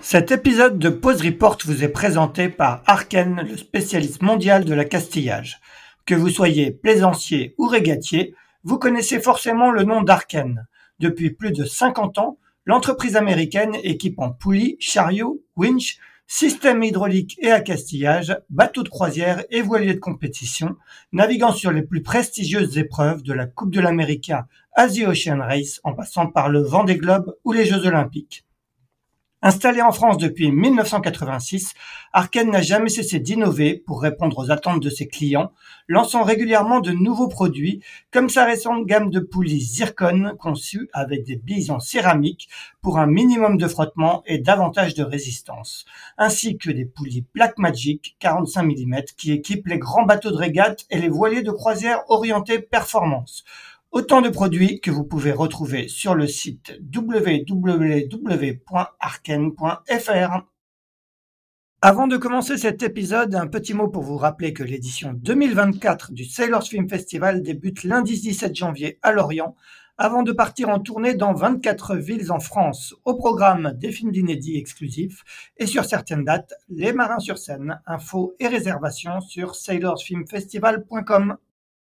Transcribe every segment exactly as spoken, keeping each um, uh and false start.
Cet épisode de Pause Report vous est présenté par Arken, le spécialiste mondial de l'accastillage. Que vous soyez plaisancier ou régatier, vous connaissez forcément le nom d'Arken. Depuis plus de cinquante ans, l'entreprise américaine équipe en poulies, chariots, winch, systèmes hydrauliques et accastillage, bateaux de croisière et voiliers de compétition, naviguant sur les plus prestigieuses épreuves de la Coupe de l'America Asia Ocean Race en passant par le Vendée Globe ou les Jeux Olympiques. Installé en France depuis mille neuf cent quatre-vingt-six, Arken n'a jamais cessé d'innover pour répondre aux attentes de ses clients, lançant régulièrement de nouveaux produits, comme sa récente gamme de poulies Zircon conçues avec des billes en céramique pour un minimum de frottement et davantage de résistance, ainsi que des poulies Blackmagic quarante-cinq millimètres qui équipent les grands bateaux de régate et les voiliers de croisière orientés performance. Autant de produits que vous pouvez retrouver sur le site w w w point arken point f r. Avant de commencer cet épisode, un petit mot pour vous rappeler que l'édition deux mille vingt-quatre du Sailors Film Festival débute lundi dix-sept janvier à Lorient, avant de partir en tournée dans vingt-quatre villes en France. Au programme, des films d'inédits exclusifs et sur certaines dates, les marins sur scène. Infos et réservations sur sailors film festival point com.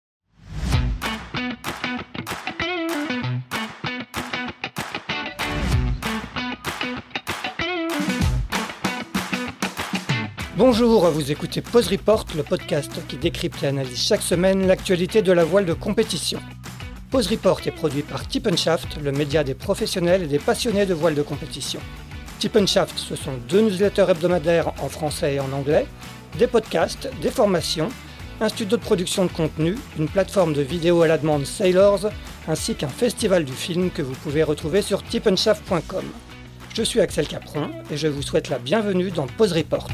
Bonjour, vous écoutez Pause Report, le podcast qui décrypte et analyse chaque semaine l'actualité de la voile de compétition. Pause Report est produit par Tip and Shaft, le média des professionnels et des passionnés de voile de compétition. Tip and Shaft, ce sont deux newsletters hebdomadaires en français et en anglais, des podcasts, des formations, un studio de production de contenu, une plateforme de vidéos à la demande Sailors, ainsi qu'un festival du film que vous pouvez retrouver sur tip and shaft point com. Je suis Axel Capron et je vous souhaite la bienvenue dans Pause Report.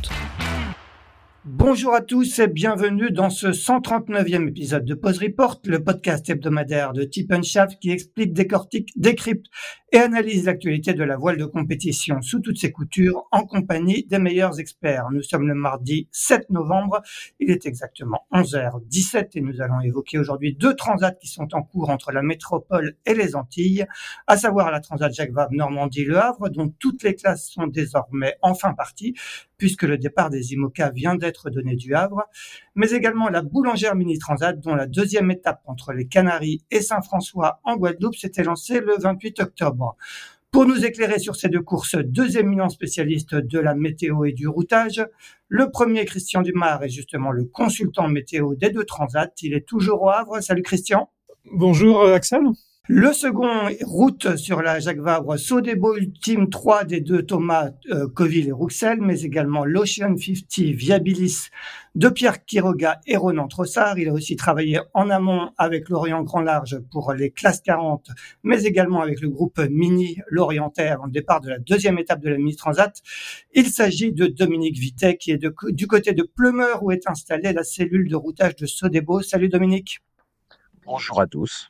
Bonjour à tous et bienvenue dans ce cent trente-neuvième épisode de Pause Report, le podcast hebdomadaire de Tip and Shaft qui explique, décortique, décrypte et analyse l'actualité de la voile de compétition sous toutes ses coutures en compagnie des meilleurs experts. Nous sommes le mardi sept novembre, il est exactement onze heures dix-sept et nous allons évoquer aujourd'hui deux transats qui sont en cours entre la métropole et les Antilles, à savoir la Transat Jacques Vabre Normandie-Le Havre dont toutes les classes sont désormais enfin parties puisque le départ des IMOCA vient d'être donné du Havre, mais également la Boulangère Mini Transat dont la deuxième étape entre les Canaries et Saint-François en Guadeloupe s'était lancée le vingt-huit octobre. Pour nous éclairer sur ces deux courses, deux éminents spécialistes de la météo et du routage. Le premier, Christian Dumas, est justement le consultant météo des deux transats. Il est toujours au Havre. Salut Christian. Bonjour Axel. Le second, route sur la Jacques Vabre, Sodebo Ultime trois des deux Thomas euh, Coville et Rouxel, mais également l'Ocean cinquante Viabilis de Pierre Quiroga et Ronan Trossard. Il a aussi travaillé en amont avec l'Orient Grand Large pour les classes quarante, mais également avec le groupe Mini Lorientais avant le départ de la deuxième étape de la Mini Transat. Il s'agit de Dominique Vitet qui est de, du côté de Pleumeur où est installée la cellule de routage de Sodebo. Salut Dominique. Bonjour à tous.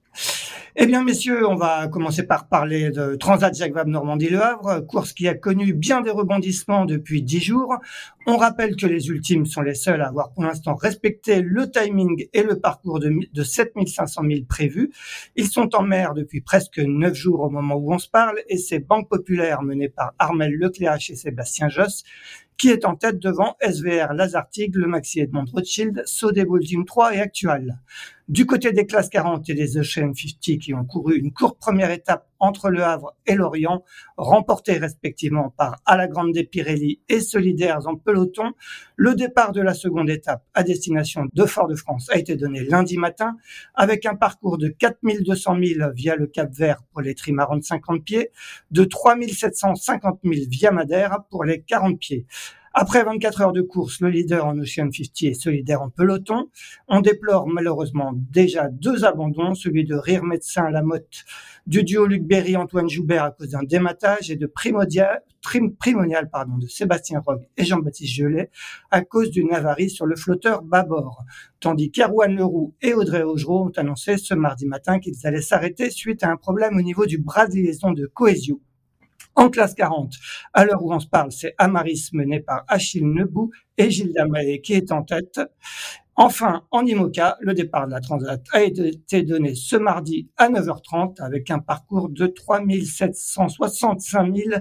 Eh bien, messieurs, on va commencer par parler de Transat Jacques Vabre Normandie-Le Havre, course qui a connu bien des rebondissements depuis dix jours. On rappelle que les ultimes sont les seuls à avoir pour l'instant respecté le timing et le parcours de, de sept mille cinq cents milles prévus. Ils sont en mer depuis presque neuf jours au moment où on se parle et c'est Banque Populaire menée par Armel Lecléache et Sébastien Josse qui est en tête devant S V R Lazartigue, le Maxi Edmond Rothschild, Sodebo Ultime trois et Actual. Du côté des classes quarante et des Ocean cinquante qui ont couru une courte première étape entre Le Havre et Lorient, remportée respectivement par Alagrande Pirelli et Solidaires en peloton, le départ de la seconde étape à destination de Fort-de-France a été donné lundi matin avec un parcours de quatre mille deux cents milles via le Cap Vert pour les trimarans de cinquante pieds, de trois mille sept cent cinquante milles via Madère pour les quarante pieds. Après vingt-quatre heures de course, le leader en Ocean cinquante est solidaire en peloton. On déplore malheureusement déjà deux abandons, celui de Rire Médecin Lamotte du duo Luc Berry-Antoine Joubert à cause d'un dématage et de Primordial, Trim, Primonial pardon, de Sébastien Rogue et Jean-Baptiste Gelet à cause d'une avarie sur le flotteur bâbord. Tandis qu'Erwan Leroux et Audrey Augereau ont annoncé ce mardi matin qu'ils allaient s'arrêter suite à un problème au niveau du bras de liaison de Coesio. En classe quarante, à l'heure où on se parle, c'est Amaris mené par Achille Nebou et Gilles Damaé qui est en tête. Enfin, en IMOCA, le départ de la Transat a été donné ce mardi à neuf heures trente avec un parcours de trois mille sept cent soixante-cinq milles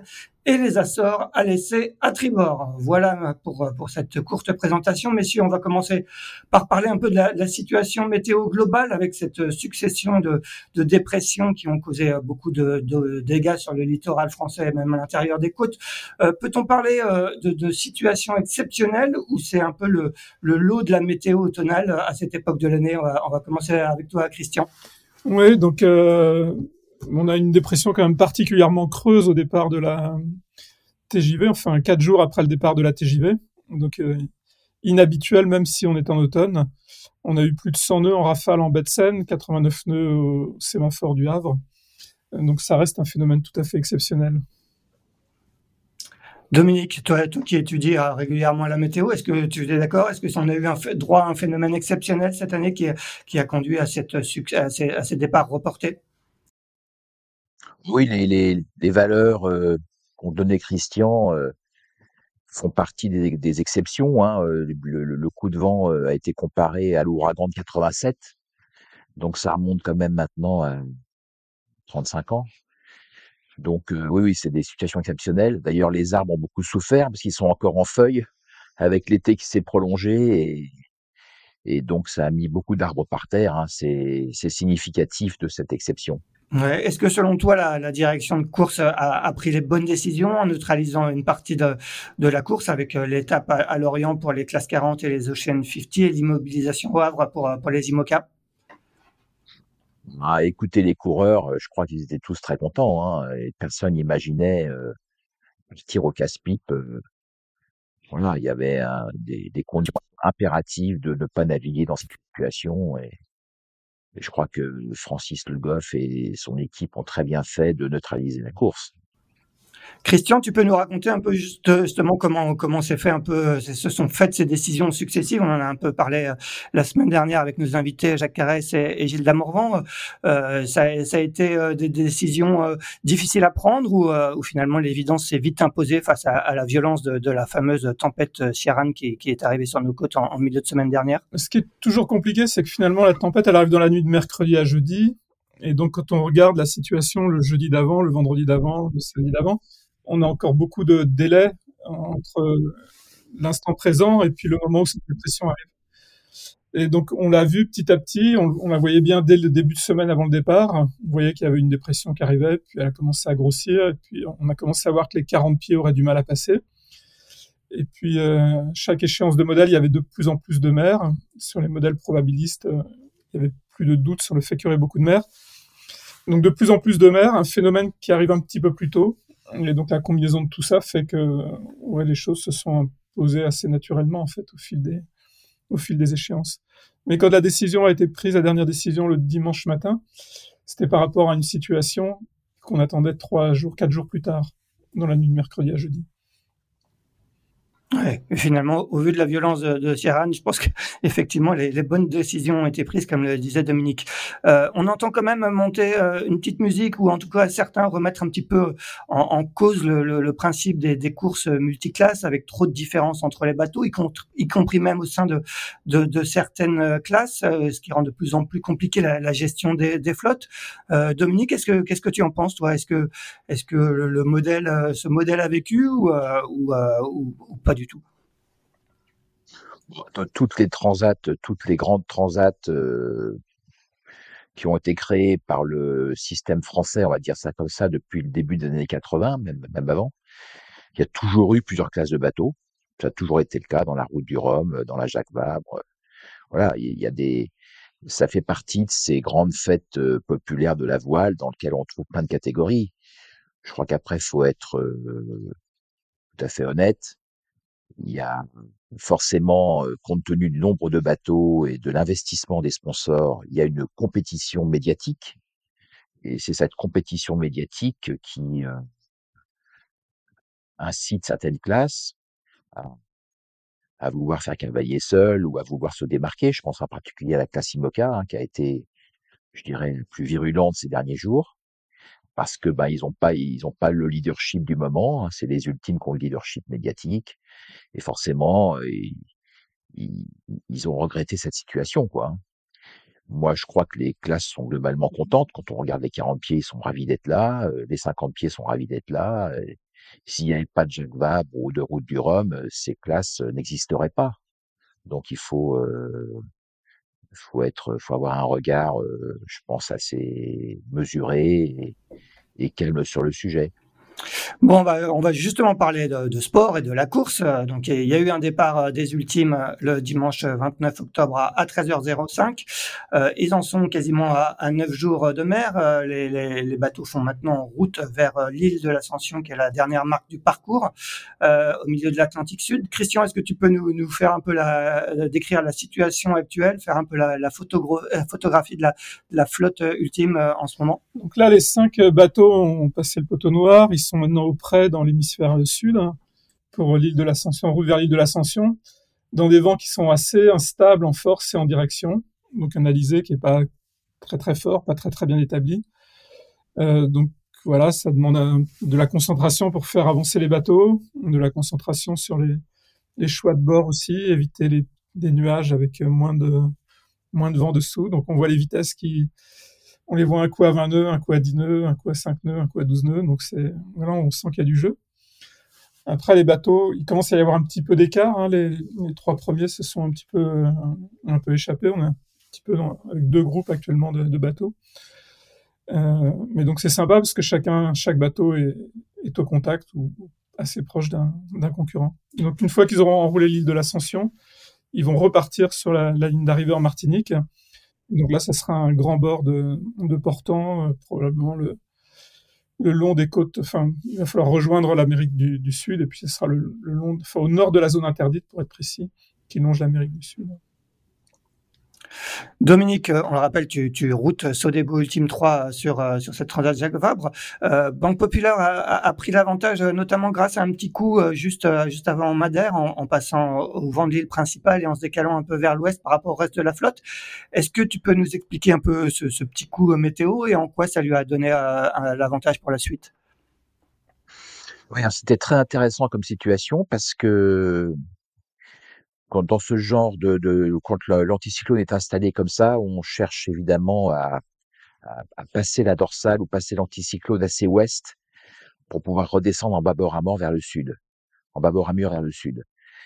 et les Açores à l'essai à tribord. Voilà pour, pour cette courte présentation. Messieurs, on va commencer par parler un peu de la, de la situation météo globale avec cette succession de, de dépressions qui ont causé beaucoup de, de dégâts sur le littoral français et même à l'intérieur des côtes. Euh, peut-on parler euh, de, de situations exceptionnelles ou c'est un peu le, le lot de la météo automnale à cette époque de l'année? On va, on va commencer avec toi, Christian. Oui, donc euh, on a une dépression quand même particulièrement creuse au départ de la T J V, enfin quatre jours après le départ de la T J V, donc euh, inhabituel même si on est en automne. On a eu plus de cent nœuds en rafale en baie de Seine, quatre-vingt-neuf nœuds au sémaphore du Havre, donc ça reste un phénomène tout à fait exceptionnel. Dominique, toi, toi qui étudies euh, régulièrement la météo, est-ce que tu es d'accord? Est-ce que on a eu un fait, droit à un phénomène exceptionnel cette année qui, qui a conduit à, cette, à, ces, à ces départs reportés? Oui, les, les, les valeurs euh, qu'ont donné Christian euh, font partie des, des exceptions. Hein. Euh, Le, le, le coup de vent euh, a été comparé à l'ouragan de quatre-vingt-sept, donc ça remonte quand même maintenant à trente-cinq ans. Donc euh, oui, oui, c'est des situations exceptionnelles. D'ailleurs, les arbres ont beaucoup souffert parce qu'ils sont encore en feuilles avec l'été qui s'est prolongé et, et donc ça a mis beaucoup d'arbres par terre. Hein. C'est, c'est significatif de cette exception. Ouais. Est-ce que selon toi, la, la direction de course a, a pris les bonnes décisions en neutralisant une partie de, de la course avec l'étape à, à Lorient pour les classes quarante et les Ocean cinquante et l'immobilisation au Havre pour, pour les IMOCA? À écouter les coureurs, je crois qu'ils étaient tous très contents. Hein, et personne n'imaginait euh, le tir au casse-pipe. Euh, voilà, il y avait euh, des, des conditions impératives de ne pas naviguer dans cette situation. Et, et je crois que Francis Le Goff et son équipe ont très bien fait de neutraliser la course. Christian, tu peux nous raconter un peu juste, justement comment comment s'est fait un peu, se sont faites ces décisions successives. On en a un peu parlé euh, la semaine dernière avec nos invités Jacques Carès et, et Gilles Damorvan. Euh, ça, ça a été euh, des, des décisions euh, difficiles à prendre ou, euh, ou finalement l'évidence s'est vite imposée face à, à la violence de, de la fameuse tempête Ciarán qui, qui est arrivée sur nos côtes en, en milieu de semaine dernière. Ce qui est toujours compliqué, c'est que finalement la tempête elle arrive dans la nuit de mercredi à jeudi. Et donc quand on regarde la situation le jeudi d'avant, le vendredi d'avant, le samedi d'avant, on a encore beaucoup de délai entre l'instant présent et puis le moment où cette dépression arrive. Et donc on l'a vu petit à petit, on, on la voyait bien dès le début de semaine avant le départ. On voyait qu'il y avait une dépression qui arrivait, puis elle a commencé à grossir, et puis on a commencé à voir que les quarante pieds auraient du mal à passer. Et puis euh, chaque échéance de modèle, il y avait de plus en plus de mer. Sur les modèles probabilistes, euh, il y avait plus de doute sur le fait qu'il y aurait beaucoup de mer. Donc de plus en plus de mer, un phénomène qui arrive un petit peu plus tôt. Et donc la combinaison de tout ça fait que ouais, les choses se sont imposées assez naturellement en fait au fil des, au fil des échéances. Mais quand la décision a été prise, la dernière décision le dimanche matin, c'était par rapport à une situation qu'on attendait trois jours, quatre jours plus tard, dans la nuit de mercredi à jeudi. Ouais, et finalement, au vu de la violence de, de Ciarán, je pense qu'effectivement, les, les bonnes décisions ont été prises, comme le disait Dominique. Euh, on entend quand même monter euh, une petite musique, ou en tout cas certains remettre un petit peu en, en cause le, le, le principe des, des courses multiclasses, avec trop de différences entre les bateaux, y, contre, y compris même au sein de, de, de certaines classes, euh, ce qui rend de plus en plus compliqué la, la gestion des, des flottes. Euh, Dominique, qu'est-ce que, qu'est-ce que tu en penses, toi? Est-ce que, est-ce que le, le modèle, ce modèle a vécu ou, euh, ou, euh, ou, ou pas du tout? Toutes les transats, toutes les grandes transats euh, qui ont été créées par le système français, on va dire ça comme ça, depuis le début des années quatre-vingts, même, même avant, il y a toujours eu plusieurs classes de bateaux. Ça a toujours été le cas dans la Route du Rhum, dans la Jacques Vabre. Voilà, il y a des, ça fait partie de ces grandes fêtes euh, populaires de la voile dans lesquelles on trouve plein de catégories. Je crois qu'après, il faut être euh, tout à fait honnête. Il y a forcément, euh, compte tenu du nombre de bateaux et de l'investissement des sponsors, il y a une compétition médiatique. Et c'est cette compétition médiatique qui euh, incite certaines classes à, à vouloir faire cavalier seul ou à vouloir se démarquer. Je pense en particulier à la classe IMOCA, hein, qui a été, je dirais, la plus virulente ces derniers jours. Parce que ben ils ont pas ils ont pas le leadership du moment, hein, c'est les ultimes qui ont le leadership médiatique et forcément ils, ils, ils ont regretté cette situation quoi. Moi je crois que les classes sont globalement contentes quand on regarde les quarante pieds, ils sont ravis d'être là, euh, les cinquante pieds sont ravis d'être là. Et, S'il n'y avait pas de Jacques Vabre ou de Route du Rhum, euh, ces classes euh, n'existeraient pas. Donc il faut, euh, faut être, faut avoir un regard, euh, je pense, assez mesuré et, et calme sur le sujet. Bon, on va, on va justement parler de, de sport et de la course. Euh, Donc, il y a eu un départ euh, des ultimes euh, le dimanche vingt-neuf octobre à, à treize heures cinq. Euh, ils en sont quasiment à, à neuf jours de mer. Euh, les, les, les bateaux sont maintenant en route vers euh, l'île de l'Ascension, qui est la dernière marque du parcours, euh, au milieu de l'Atlantique Sud. Christian, est-ce que tu peux nous, nous faire un peu la, euh, décrire la situation actuelle, faire un peu la, la, photogra- la photographie de la, de la flotte euh, ultime euh, en ce moment? Donc là, les cinq bateaux ont passé le poteau noir. Ils sont maintenant au près dans l'hémisphère sud, hein, pour l'île de l'Ascension, en route vers l'île de l'Ascension, dans des vents qui sont assez instables en force et en direction. Donc un alizé qui est pas très très fort, pas très très bien établi. Euh, donc voilà, ça demande un- de la concentration pour faire avancer les bateaux, de la concentration sur les, les choix de bord aussi, éviter les, des nuages avec moins de, moins de vent dessous. Donc on voit les vitesses qui, on les voit un coup à vingt nœuds, un coup à dix nœuds, un coup à cinq nœuds, un coup à douze nœuds. Donc c'est, voilà, on sent qu'il y a du jeu. Après, les bateaux, il commence à y avoir un petit peu d'écart, hein. Les, les trois premiers se sont un petit peu, euh, un peu échappés. On est un petit peu dans, avec deux groupes actuellement de, de bateaux. Euh, mais donc c'est sympa parce que chacun, chaque bateau est, est au contact ou assez proche d'un, d'un concurrent. Donc une fois qu'ils auront enroulé l'île de l'Ascension, ils vont repartir sur la, la ligne d'arrivée en Martinique. Donc là, ça sera un grand bord de, de portant, euh, probablement le, le long des côtes. Enfin, il va falloir rejoindre l'Amérique du, du Sud et puis ce sera le, le long, enfin au nord de la zone interdite pour être précis, qui longe l'Amérique du Sud. Dominique, euh, on le rappelle, tu, tu routes Sodebo Ultime trois sur, euh, sur cette Transat Jacques Vabre. Euh, Banque Populaire a, a, a pris l'avantage, euh, notamment grâce à un petit coup euh, juste, euh, juste avant Madère, en, en passant au vent de l'île principale et en se décalant un peu vers l'ouest par rapport au reste de la flotte. Est-ce que tu peux nous expliquer un peu ce, ce petit coup euh, météo et en quoi ça lui a donné euh, l'avantage pour la suite? Oui, hein, c'était très intéressant comme situation parce que quand dans ce genre de, de quand le- l'anticyclone est installé comme ça, on cherche évidemment à, à, à passer la dorsale ou passer l'anticyclone assez ouest pour pouvoir redescendre en bâbord à mort vers le sud, en bâbord à mur vers le sud.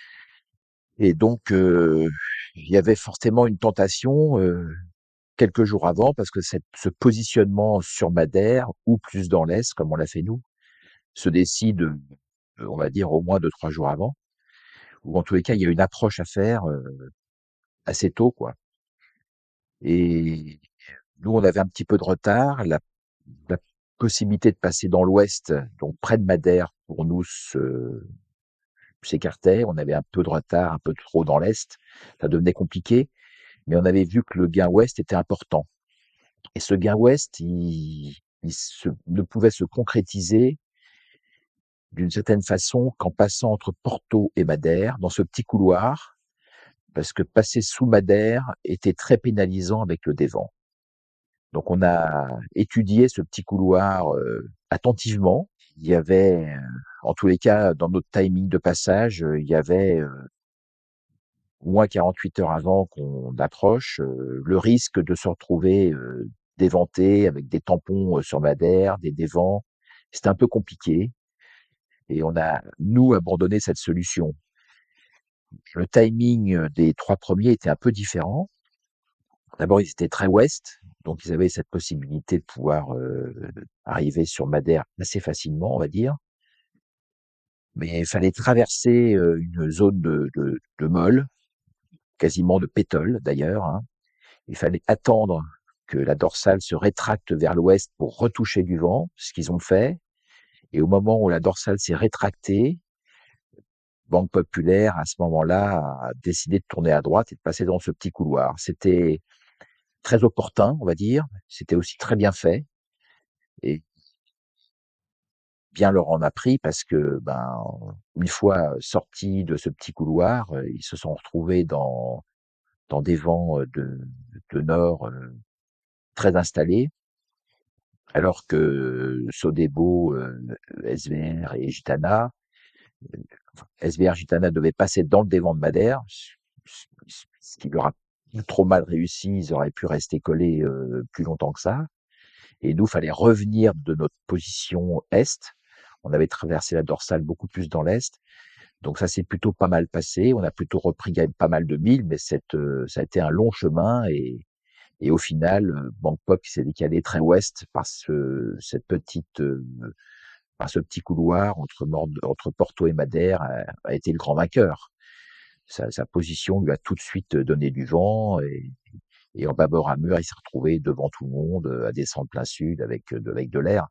Et donc, euh, il y avait forcément une tentation euh, quelques jours avant parce que cette, ce positionnement sur Madère ou plus dans l'est, comme on l'a fait nous, se décide, euh, on va dire, au moins deux, trois jours avant, ou en tous les cas, il y a une approche à faire euh, assez tôt, quoi. Et nous, on avait un petit peu de retard. La, la possibilité de passer dans l'ouest, donc près de Madère, pour nous, se, s'écartait. On avait un peu de retard, un peu trop dans l'est. Ça devenait compliqué. Mais on avait vu que le gain ouest était important. Et ce gain ouest, il, il se, ne pouvait se concrétiser d'une certaine façon qu'en passant entre Porto et Madère, dans ce petit couloir, parce que passer sous Madère était très pénalisant avec le dévent. Donc on a étudié ce petit couloir euh, attentivement. Il y avait, euh, en tous les cas, dans notre timing de passage, euh, il y avait euh, au moins quarante-huit heures avant qu'on approche, euh, le risque de se retrouver euh, déventé avec des tampons euh, sur Madère, des dévents. C'était un peu compliqué et on a, nous, abandonné cette solution. Le timing euh, des trois premiers était un peu différent. D'abord, ils étaient très ouest, donc ils avaient cette possibilité de pouvoir euh, arriver sur Madère assez facilement, on va dire. Mais il fallait traverser euh, une zone de, de, de molle, quasiment de pétole d'ailleurs, hein. Il fallait attendre que la dorsale se rétracte vers l'ouest pour retoucher du vent, ce qu'ils ont fait. Et au moment où la dorsale s'est rétractée, Banque Populaire, à ce moment-là, a décidé de tourner à droite et de passer dans ce petit couloir. C'était très opportun, on va dire. C'était aussi très bien fait. Et bien leur en a pris parce que, ben, une fois sortis de ce petit couloir, euh, ils se sont retrouvés dans, dans des vents euh, de, de nord euh, très installés, alors que Sodebo, euh, S V R et Gitana, enfin, S V R Gitana devaient passer dans le dévent de Madère, ce qui leur a trop mal réussi, ils auraient pu rester collés euh, plus longtemps que ça. Et nous, fallait revenir de notre position est on avait traversé la dorsale beaucoup plus dans l'est. Donc ça s'est plutôt pas mal passé. On a plutôt repris quand même pas mal de milles, mais cette, euh, ça a été un long chemin et, et au final, euh, Bangkok s'est décalé très ouest par ce, cette petite, euh, par ce petit couloir entre, Mord- entre Porto et Madère a, a été le grand vainqueur. Sa, sa position lui a tout de suite donné du vent et, et en bâbord à mur, il s'est retrouvé devant tout le monde euh, à descendre plein sud avec, de- avec de l'air.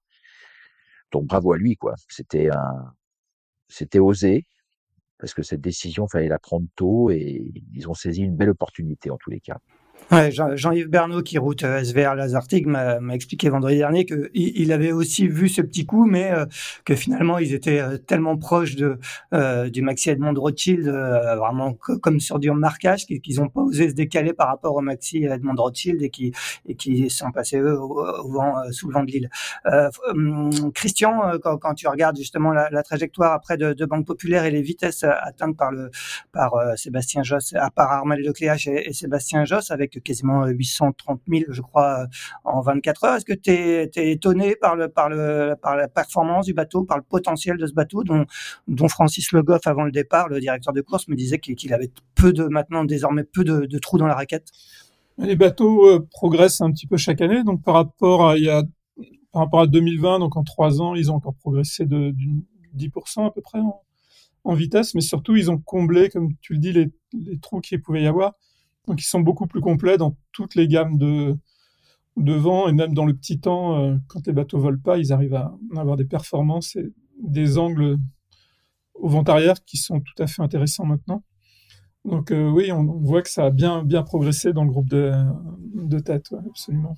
Donc bravo à lui, quoi. C'était un, c'était osé parce que cette décision, fallait la prendre tôt et ils ont saisi une belle opportunité en tous les cas. Ouais, Jean- Jean-Yves Bernot, qui route euh, S V R Lazartigue, m'a m'a expliqué vendredi dernier qu'il il avait aussi vu ce petit coup, mais euh, que finalement ils étaient euh, tellement proches de euh, du Maxi Edmond de Rothschild, euh, vraiment co- comme sur du marquage, qu'ils qu'ils ont pas osé se décaler par rapport au Maxi Edmond de Rothschild et qui et qui sont passés eux au, au vent, euh, sous le vent de l'île. Euh, hum, Christian, euh, quand, quand tu regardes justement la, la trajectoire après de, de Banque Populaire et les vitesses euh, atteintes par le par euh, Sébastien Josse, à part Armel Lecléache et, et Sébastien Josse, avec quasiment huit cent trente mille, je crois, euh, en vingt-quatre heures. Est-ce que tu es étonné par, le, par, le, par la performance du bateau, par le potentiel de ce bateau, dont, dont Francis Le Goff, avant le départ, le directeur de course, me disait qu'il qu'il avait peu de, maintenant, désormais, peu de, de trous dans la raquette? Les bateaux euh, progressent un petit peu chaque année, donc par rapport à il y a par rapport à deux mille vingt, donc en trois ans, ils ont encore progressé de d'une dix pour cent à peu près en, en vitesse, mais surtout ils ont comblé, comme tu le dis, les, les trous qu'il pouvait y avoir. Donc ils sont beaucoup plus complets dans toutes les gammes de, de vent et même dans le petit temps, euh, quand les bateaux volent pas, ils arrivent à avoir des performances et des angles au vent arrière qui sont tout à fait intéressants maintenant. Donc euh, oui, on, on voit que ça a bien bien progressé dans le groupe de, de tête, ouais, absolument.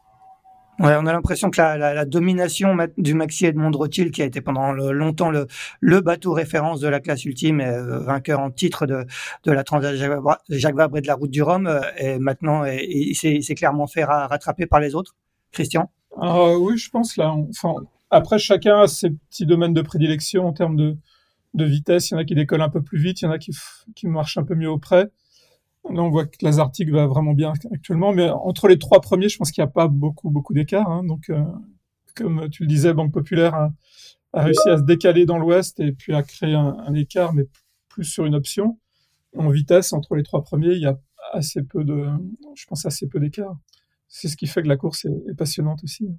Ouais, on a l'impression que la, la, la domination du Maxi Edmond de Rothschild, qui a été pendant le, longtemps le, le bateau référence de la classe ultime, et euh, vainqueur en titre de, de la Transat Jacques Vabre et de la Route du Rhum, euh, et maintenant et, et il s'est clairement fait ra rattraper par les autres. Christian? Alors euh, oui, je pense là. on- Enfin, après chacun a ses petits domaines de prédilection en termes de, de vitesse. Il y en a qui décollent un peu plus vite, il y en a qui, f- qui marchent un peu mieux auprès. Là, on voit que Lazartigue va vraiment bien actuellement, mais entre les trois premiers, je pense qu'il n'y a pas beaucoup beaucoup d'écart. Hein. Donc, euh, comme tu le disais, Banque Populaire a, a réussi à se décaler dans l'Ouest et puis à créer un, un écart, mais plus sur une option. En vitesse, entre les trois premiers, il y a assez peu de, je pense, assez peu d'écart. C'est ce qui fait que la course est, est passionnante aussi.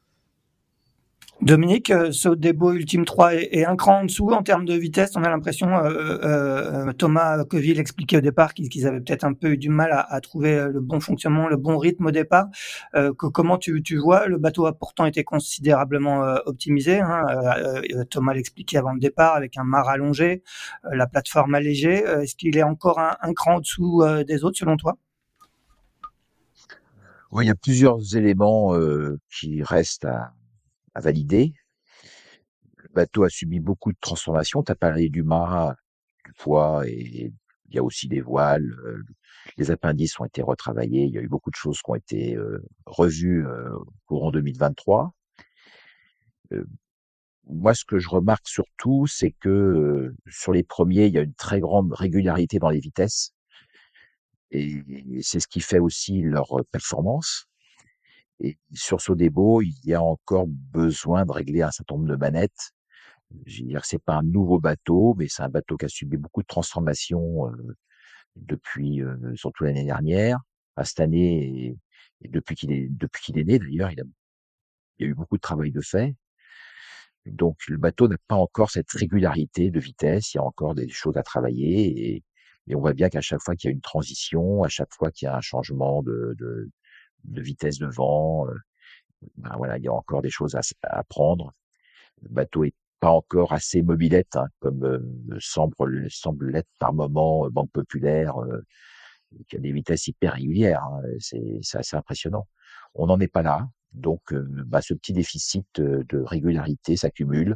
Dominique, euh, Sodebo Ultime trois est, est un cran en dessous en termes de vitesse. On a l'impression, euh, euh, Thomas Coville expliquait au départ qu'ils qu'ils avaient peut-être un peu eu du mal à, à trouver le bon fonctionnement, le bon rythme au départ. Euh, que, comment tu, tu vois? Le bateau a pourtant été considérablement euh, optimisé. Hein. Euh, euh, Thomas l'expliquait avant le départ, avec un mât allongé, euh, la plateforme allégée. Euh, Est-ce qu'il est encore un, un cran en dessous euh, des autres selon toi? Oui, il y a plusieurs éléments euh, qui restent à, à valider. Le bateau a subi beaucoup de transformations. Tu as parlé du mât, du poids et il y a aussi des voiles. euh, les appendices ont été retravaillés. Il y a eu beaucoup de choses qui ont été euh, revues euh, au courant deux mille vingt-trois. Euh, Moi, ce que je remarque surtout, c'est que euh, sur les premiers, il y a une très grande régularité dans les vitesses et c'est ce qui fait aussi leur performance. Et sur Sodebo, il y a encore besoin de régler un certain nombre de manettes. Je veux dire, c'est pas un nouveau bateau, mais c'est un bateau qui a subi beaucoup de transformations euh, depuis, euh, surtout l'année dernière, à cette année et, et depuis qu'il est depuis qu'il est né d'ailleurs, il a, il y a eu beaucoup de travail de fait. Donc le bateau n'a pas encore cette régularité de vitesse, il y a encore des choses à travailler et, et on voit bien qu'à chaque fois qu'il y a une transition, à chaque fois qu'il y a un changement de, de, de vitesse de vent, euh, ben voilà, il y a encore des choses à, à apprendre. Le bateau est pas encore assez mobilette, hein, comme euh, semble, semble l'être par moment euh, Banque Populaire, euh, qui a des vitesses hyper régulières. Hein, c'est, c'est assez impressionnant. On n'en est pas là. Donc, euh, bah, ce petit déficit euh, de régularité s'accumule.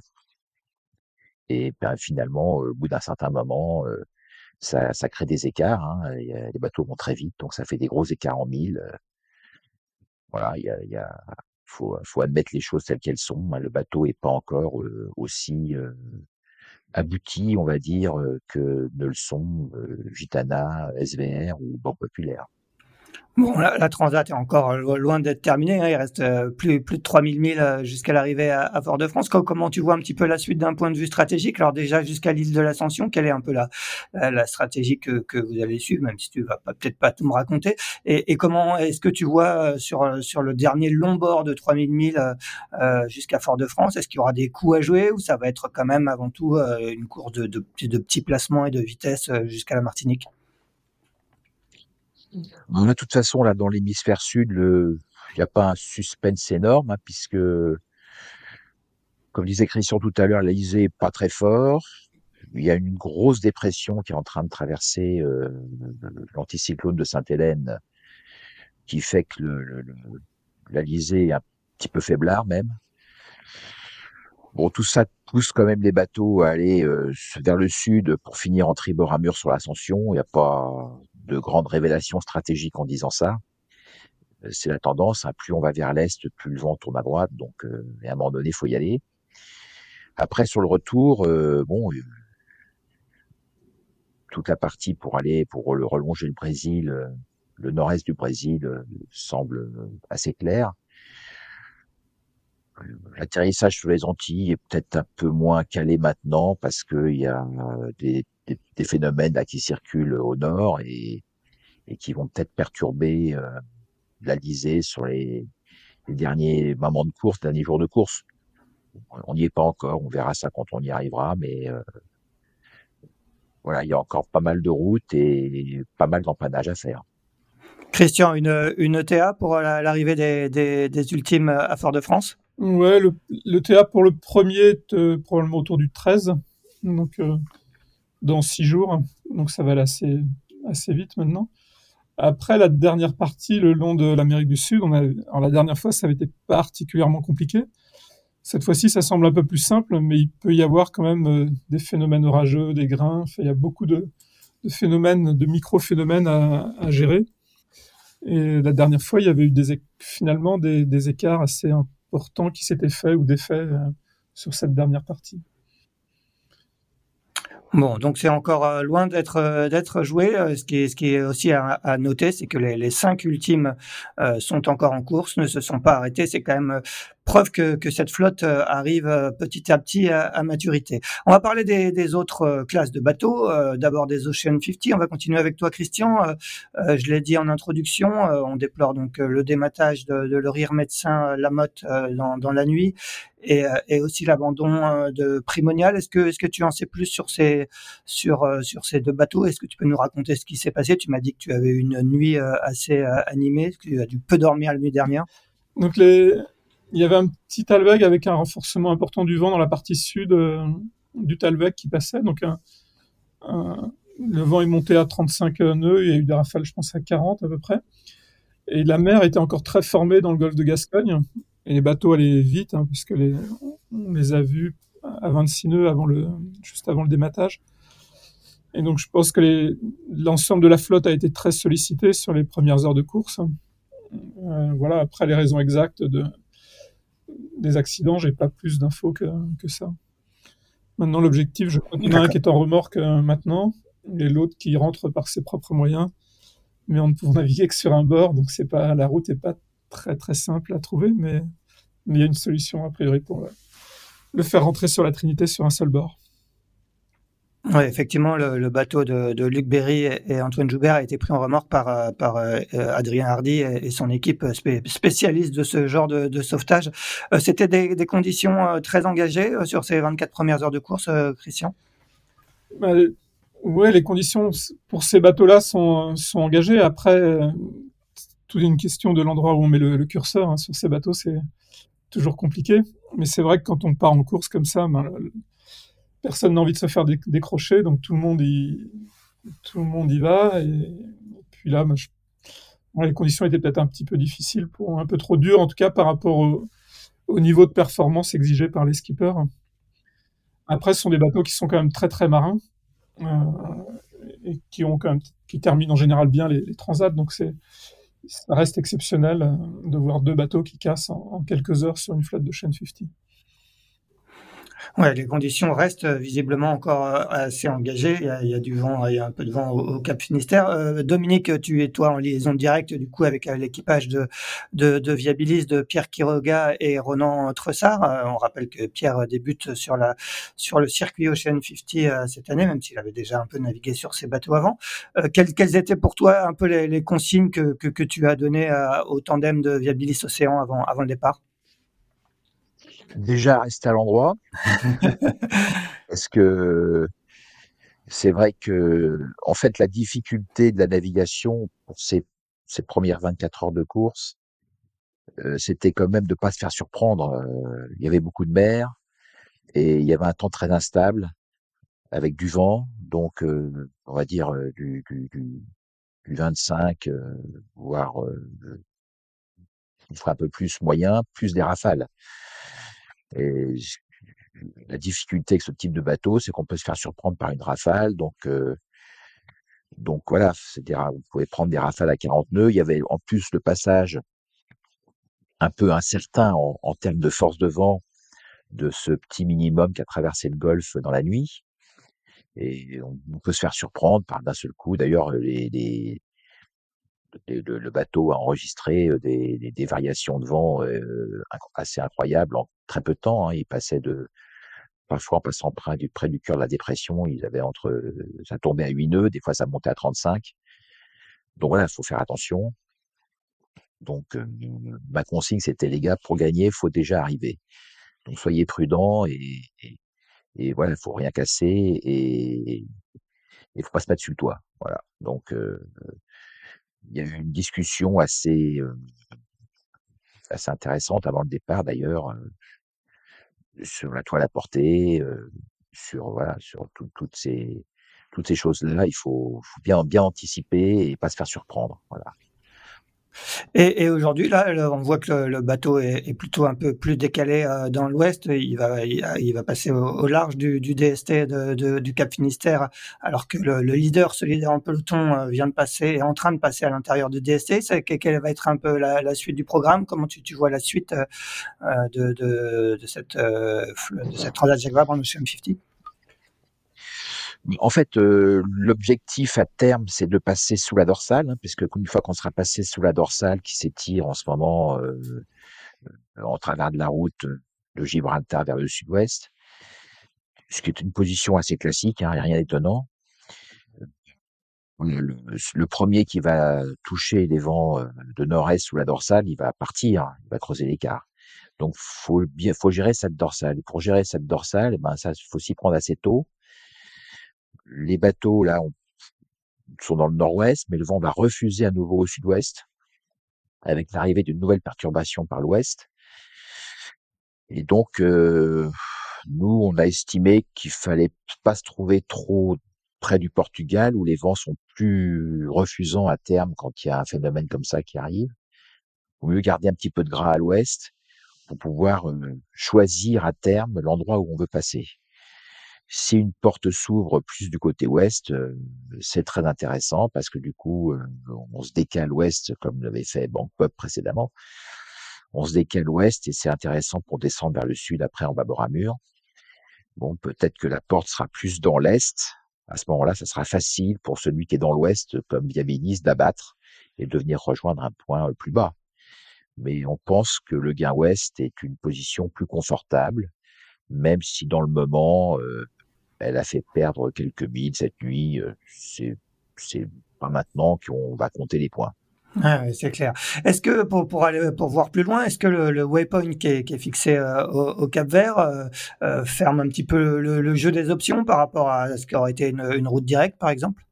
Et ben, finalement, au bout d'un certain moment, euh, ça, ça crée des écarts. Hein, et, euh, les bateaux vont très vite, donc ça fait des gros écarts en mille. Euh, voilà, il y a, il y a, faut, faut admettre les choses telles qu'elles sont. Hein. Le bateau est pas encore euh, aussi euh, abouti, on va dire, euh, que ne le sont euh, Gitana, S V R ou Banque Populaire. Bon, la, la Transat est encore loin d'être terminée, hein. Il reste euh, plus, plus de trois mille milles euh, jusqu'à l'arrivée à, à Fort-de-France. Comment tu vois un petit peu la suite d'un point de vue stratégique? Alors déjà, jusqu'à l'île de l'Ascension, quelle est un peu la, la, la stratégie que, que vous allez suivre, même si tu vas pas, peut-être pas tout me raconter? Et, et comment est-ce que tu vois euh, sur, sur le dernier long bord de trois mille milles euh, euh, jusqu'à Fort-de-France, est-ce qu'il y aura des coups à jouer ou ça va être quand même avant tout euh, une course de, de, de petits placements et de vitesse euh, jusqu'à la Martinique? Bon, de toute façon, là, dans l'hémisphère sud, le, il n'y a pas un suspense énorme, hein, puisque, comme disait Christian tout à l'heure, l'Alizé est pas très fort. Il y a une grosse dépression qui est en train de traverser euh, l'anticyclone de Sainte-Hélène, qui fait que le, le, le- l'Alizé est un petit peu faiblard même. Bon, tout ça pousse quand même les bateaux à aller euh, vers le sud pour finir en tribord à mur sur l'Ascension. Il n'y a pas de grande révélation stratégique en disant ça. Euh, C'est la tendance, hein. Plus on va vers l'est, plus le vent tourne à droite. Donc, euh, à un moment donné, il faut y aller. Après, sur le retour, euh, bon, euh, toute la partie pour aller, pour le relonger le Brésil, euh, le nord-est du Brésil, euh, semble euh, assez clair. L'atterrissage sur les Antilles est peut-être un peu moins calé maintenant parce qu'il y a euh, des, des, des phénomènes là qui circulent au nord et, et qui vont peut-être perturber euh, l'Alizé sur les, les derniers moments de course, derniers jours de course. On n'y est pas encore, on verra ça quand on y arrivera, mais euh, voilà, il y a encore pas mal de routes et pas mal d'empannage à faire. Christian, une, une E T A pour la- l'arrivée des, des, des ultimes à Fort-de-France? Ouais, le, le T A pour le premier est euh, probablement autour du treize, donc euh, dans six jours, donc ça va aller assez, assez vite maintenant. Après la dernière partie, le long de l'Amérique du Sud, on a, alors la dernière fois, ça avait été particulièrement compliqué. Cette fois-ci, ça semble un peu plus simple, mais il peut y avoir quand même euh, des phénomènes orageux, des grains. Enfin, il y a beaucoup de, de phénomènes, de micro-phénomènes à, à gérer. Et la dernière fois, il y avait eu des, finalement des, des écarts assez importants qui s'étaient faits ou défaits euh, sur cette dernière partie. Bon, donc c'est encore euh, loin d'être euh, d'être joué. Euh, ce qui est ce qui est aussi à, à noter, c'est que les, les cinq ultimes euh, sont encore en course, ne se sont pas arrêtés. C'est quand même euh, preuve que, que cette flotte euh, arrive euh, petit à petit à, à maturité. On va parler des, des autres euh, classes de bateaux. Euh, d'abord des Ocean cinquante. On va continuer avec toi, Christian. Euh, euh, je l'ai dit en introduction, euh, on déplore donc euh, le dématage de, de le rire médecin euh, Lamotte euh, dans, dans la nuit. Et, euh, et aussi l'abandon euh, de Primonial. Est-ce que, est-ce que tu en sais plus sur ces, sur, euh, sur ces deux bateaux? Est-ce que tu peux nous raconter ce qui s'est passé? Tu m'as dit que tu avais eu une nuit euh, assez euh, animée, que tu as dû peu dormir la nuit dernière. Donc les, il y avait un petit Talweg avec un renforcement important du vent dans la partie sud euh, du Talweg qui passait. Donc un, un, le vent est monté à trente-cinq nœuds, il y a eu des rafales, je pense, à quarante à peu près. Et la mer était encore très formée dans le golfe de Gascogne. Et les bateaux allaient vite, hein, puisque les, on les a vus à vingt-six nœuds avant le, juste avant le dématage. Et donc je pense que les, l'ensemble de la flotte a été très sollicité sur les premières heures de course. Euh, voilà, après les raisons exactes de, des accidents, j'ai pas plus d'infos que, que ça. Maintenant, l'objectif, je crois qu'il y en a un qui est en remorque euh, maintenant, et l'autre qui rentre par ses propres moyens. Mais on ne peut naviguer que sur un bord, donc c'est pas, la route n'est pas très très simple à trouver, mais, mais il y a une solution a priori pour le, le faire rentrer sur la Trinité sur un seul bord. Oui, effectivement, le, le bateau de, de Luc Berry et, et Antoine Joubert a été pris en remorque par, euh, par euh, Adrien Hardy et, et son équipe spé, spécialiste de ce genre de, de sauvetage. Euh, C'était des, des conditions euh, très engagées euh, sur ces vingt-quatre premières heures de course, euh, Christian? Bah, ouais, les conditions pour ces bateaux-là sont, sont engagées. Après, euh, tout est une question de l'endroit où on met le, le curseur. Hein. Sur ces bateaux, c'est toujours compliqué. Mais c'est vrai que quand on part en course comme ça, ben, personne n'a envie de se faire décrocher, donc tout le monde y, tout le monde y va. Et, et puis là, ben, je, bon, les conditions étaient peut-être un petit peu difficiles, pour, un peu trop dures en tout cas par rapport au, au niveau de performance exigé par les skippers. Après, ce sont des bateaux qui sont quand même très très marins euh, et qui ont quand même, qui terminent en général bien les, les transats, donc c'est ça reste exceptionnel de voir deux bateaux qui cassent en, en quelques heures sur une flotte de Ocean cinquante. Ouais, les conditions restent euh, visiblement encore euh, assez engagées. Il y a, il y a du vent, il y a un peu de vent au, au Cap Finistère. Euh, Dominique, tu es toi en liaison directe du coup avec euh, l'équipage de, de, de Viabilis de Pierre Quiroga et Ronan Tressard. Euh, on rappelle que Pierre débute sur la sur le circuit Ocean cinquante euh, cette année, même s'il avait déjà un peu navigué sur ces bateaux avant. Euh, quelles, quelles étaient pour toi un peu les, les consignes que, que, que tu as données euh, au tandem de Viabilis Océan avant, avant le départ? Déjà, rester à l'endroit, parce que c'est vrai que, en fait, la difficulté de la navigation pour ces, ces premières vingt-quatre heures de course, euh, c'était quand même de pas se faire surprendre. Euh, il y avait beaucoup de mer et il y avait un temps très instable avec du vent, donc euh, on va dire euh, du, du, du, du vingt-cinq, euh, voire euh, il fera un peu plus moyen, plus des rafales. Et la difficulté avec ce type de bateau, c'est qu'on peut se faire surprendre par une rafale, donc euh, donc voilà, c'est-à-dire vous pouvez prendre des rafales à quarante nœuds. Il y avait en plus le passage un peu incertain en, en termes de force de vent de ce petit minimum qui a traversé le golfe dans la nuit. Et on, on peut se faire surprendre par d'un seul coup. D'ailleurs, les, les, les- le, le bateau a enregistré euh, des, des, des variations de vent euh, inc- assez incroyables en très peu de temps. Hein. Il passait de, parfois en passant près du, près du cœur de la dépression, ils avaient entre, ça tombait à huit nœuds, des fois ça montait à trente-cinq. Donc voilà, il faut faire attention. Donc euh, ma consigne, c'était les gars, pour gagner, il faut déjà arriver. Donc soyez prudents et, et, et voilà, il faut rien casser et il faut pas se mettre sur le toit. Voilà. Donc euh, il y a eu une discussion assez euh, assez intéressante avant le départ d'ailleurs euh, sur la toile à porter, euh, sur voilà, sur tout- toutes ces toutes ces choses-là. Il faut, faut bien bien anticiper et pas se faire surprendre. Voilà. Et, et aujourd'hui, là, le- on voit que le, le bateau est, est plutôt un peu plus décalé euh, dans l'ouest. Il va, il, il va passer au, au large du, du D S T de, de- du Cap Finistère, alors que le, le leader, ce leader en peloton, euh, vient de passer, est en train de passer à l'intérieur du D S T. C'est, que- quelle va être un peu la, la suite du programme? Comment tu, tu vois la suite euh, euh, de, de, de cette euh, fl- de cette Transat Jacques Vabre en Ocean cinquante? En fait, euh, l'objectif à terme, c'est de passer sous la dorsale, hein, puisque une fois qu'on sera passé sous la dorsale qui s'étire en ce moment euh, en travers de la route de Gibraltar vers le sud-ouest, ce qui est une position assez classique, hein, rien d'étonnant. Le, le, le premier qui va toucher les vents euh, de nord-est sous la dorsale, il va partir, il va creuser l'écart. Donc, faut bien, faut gérer cette dorsale. Et pour gérer cette dorsale, eh ben ça, faut s'y prendre assez tôt. Les bateaux là on, sont dans le nord-ouest, mais le vent va refuser à nouveau au sud-ouest, avec l'arrivée d'une nouvelle perturbation par l'ouest. Et donc, euh, nous, on a estimé qu'il fallait pas se trouver trop près du Portugal, où les vents sont plus refusants à terme quand il y a un phénomène comme ça qui arrive. Il vaut mieux garder un petit peu de gras à l'ouest pour pouvoir euh, choisir à terme l'endroit où on veut passer. Si une porte s'ouvre plus du côté ouest, euh, c'est très intéressant parce que du coup, euh, on se décale ouest comme l'avait fait Bangkok précédemment. On se décale ouest et c'est intéressant pour descendre vers le sud après en bâbord à mur. Bon, peut-être que la porte sera plus dans l'est. À ce moment-là, ça sera facile pour celui qui est dans l'ouest, comme Viabilis, d'abattre et de venir rejoindre un point plus bas. Mais on pense que le gain ouest est une position plus confortable, même si dans le moment, euh, elle a fait perdre quelques milles cette nuit. Euh, c'est, c'est pas maintenant qu'on va compter les points. Ah ouais, c'est clair. Est-ce que pour, pour aller pour voir plus loin, est-ce que le, le waypoint qui est, qui est fixé euh, au, au Cap Vert euh, euh, ferme un petit peu le, le jeu des options par rapport à ce qui aurait été une, une route directe, par exemple?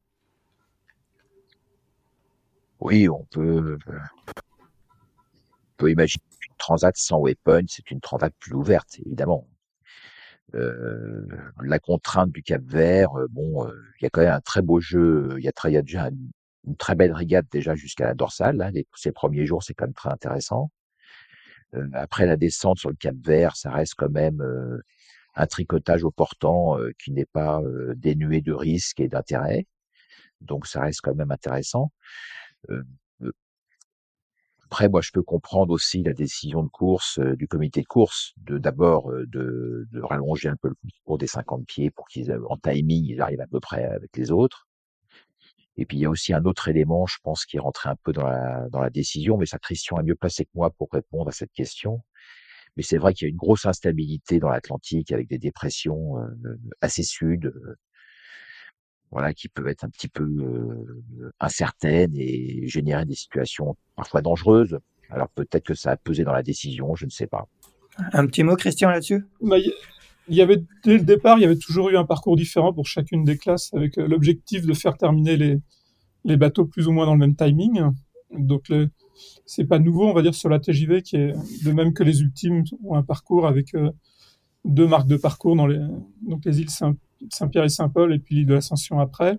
Oui, on peut, on peut imaginer une transat sans waypoint, c'est une transat plus ouverte, évidemment. Euh, la contrainte du Cap Vert, euh, bon, euh, il y a quand même un très beau jeu. Il y a, très, il y a déjà une, une très belle régate déjà jusqu'à la dorsale. Là, les, ces premiers jours, c'est quand même très intéressant. Euh, après la descente sur le Cap Vert, ça reste quand même euh, un tricotage au portant euh, qui n'est pas euh, dénué de risques et d'intérêt. Donc ça reste quand même intéressant. Euh, Après, moi, je peux comprendre aussi la décision de course euh, du comité de course, de d'abord euh, de, de rallonger un peu le cours des cinquante pieds pour qu'ils, euh, en timing, ils arrivent à peu près avec les autres. Et puis il y a aussi un autre élément, je pense, qui est rentré un peu dans la dans la décision, mais ça, Christian est mieux placé que moi pour répondre à cette question. Mais c'est vrai qu'il y a une grosse instabilité dans l'Atlantique avec des dépressions euh, assez sud, euh, voilà, qui peuvent être un petit peu euh, incertaines et générer des situations parfois dangereuses. Alors peut-être que ça a pesé dans la décision, je ne sais pas. Un petit mot, Christian, là-dessus? Bah, il y- il y avait, dès le départ, il y avait toujours eu un parcours différent pour chacune des classes, avec euh, l'objectif de faire terminer les, les bateaux plus ou moins dans le même timing. Donc, le, c'est pas nouveau, on va dire, sur la T J V, qui est de même que les ultimes ont un parcours avec euh, deux marques de parcours dans les, donc les îles Saint- Saint-Pierre et Saint-Paul, et puis l'île de l'Ascension après.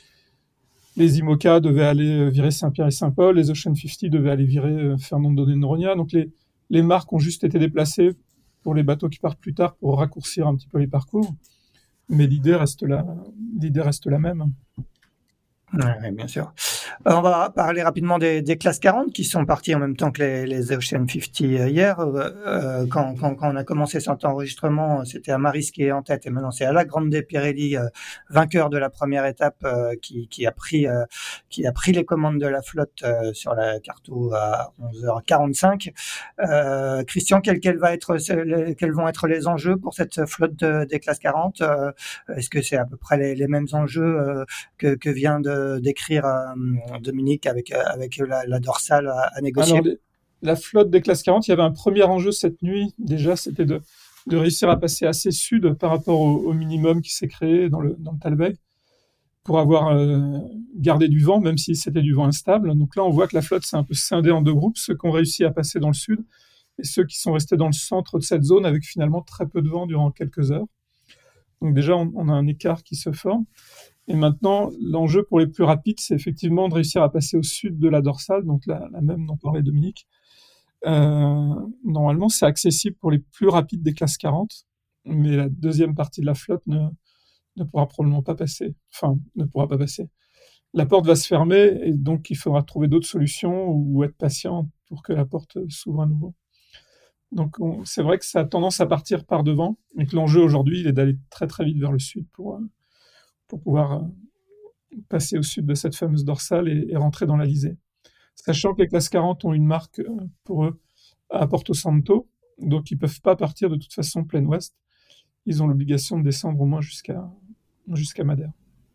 Les IMOCA devaient aller euh, virer Saint-Pierre et Saint-Paul, les Ocean cinquante devaient aller virer euh, Fernando de Noronha. Donc, les, les marques ont juste été déplacées pour les bateaux qui partent plus tard pour raccourcir un petit peu les parcours. Mais l'idée reste la, l'idée reste la même. Oui, bien sûr. Euh, on va parler rapidement des, des classes quarante qui sont parties en même temps que les, les Ocean cinquante hier. Euh, euh, quand, quand, quand on a commencé cet enregistrement, c'était Amaris qui est en tête et maintenant c'est Ala Grande Pirelli, euh, vainqueur de la première étape, euh, qui, qui a pris euh, qui a pris les commandes de la flotte euh, sur la Carto à onze heures quarante-cinq. Euh, Christian, quels quel va être, quels vont être les enjeux pour cette flotte de, des classes quarante? euh, Est-ce que c'est à peu près les, les mêmes enjeux euh, que, que vient de d'écrire euh, Dominique avec avec la, la dorsale à, à négocier? Alors, les, la flotte des classes quarante, il y avait un premier enjeu cette nuit. Déjà, c'était de, de réussir à passer assez sud par rapport au, au minimum qui s'est créé dans le, dans le Talweg pour avoir euh, gardé du vent, même si c'était du vent instable. Donc là, on voit que la flotte s'est un peu scindée en deux groupes, ceux qui ont réussi à passer dans le sud et ceux qui sont restés dans le centre de cette zone avec finalement très peu de vent durant quelques heures. Donc déjà, on, on a un écart qui se forme. Et maintenant, l'enjeu pour les plus rapides, c'est effectivement de réussir à passer au sud de la dorsale, donc la, la même dont parlait Dominique. Euh, normalement, c'est accessible pour les plus rapides des classes quarante, mais la deuxième partie de la flotte ne, ne pourra probablement pas passer. Enfin, ne pourra pas passer. La porte va se fermer et donc il faudra trouver d'autres solutions ou être patient pour que la porte s'ouvre à nouveau. Donc on, c'est vrai que ça a tendance à partir par devant, mais que l'enjeu aujourd'hui, il est d'aller très très vite vers le sud pour, pour pouvoir passer au sud de cette fameuse dorsale et, et rentrer dans l'Alizé. Sachant que les classes quarante ont une marque pour eux à Porto Santo, donc ils ne peuvent pas partir de toute façon plein ouest. Ils ont l'obligation de descendre au moins jusqu'à, jusqu'à Madère.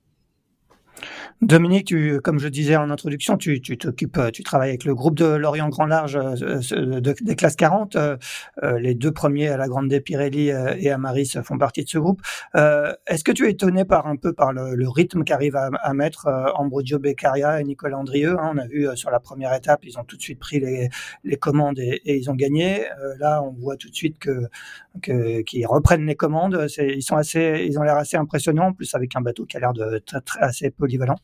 Dominique, tu, comme je disais en introduction, tu, tu t'occupes, tu travailles avec le groupe de Lorient Grand Large euh, de, des classes quarante. Euh, les deux premiers, à la Grande Pirelli euh, et Amaris, font partie de ce groupe. Euh, est-ce que tu es étonné par un peu par le, le rythme qu'arrivent à, à mettre euh, Ambrogio Beccaria et Nicolas Andrieux, hein? On a vu euh, sur la première étape, ils ont tout de suite pris les, les commandes et, et ils ont gagné. Euh, là, on voit tout de suite que, que qu'ils reprennent les commandes. C'est, ils sont assez, ils ont l'air assez impressionnants, en plus avec un bateau qui a l'air de très, très assez polyvalent.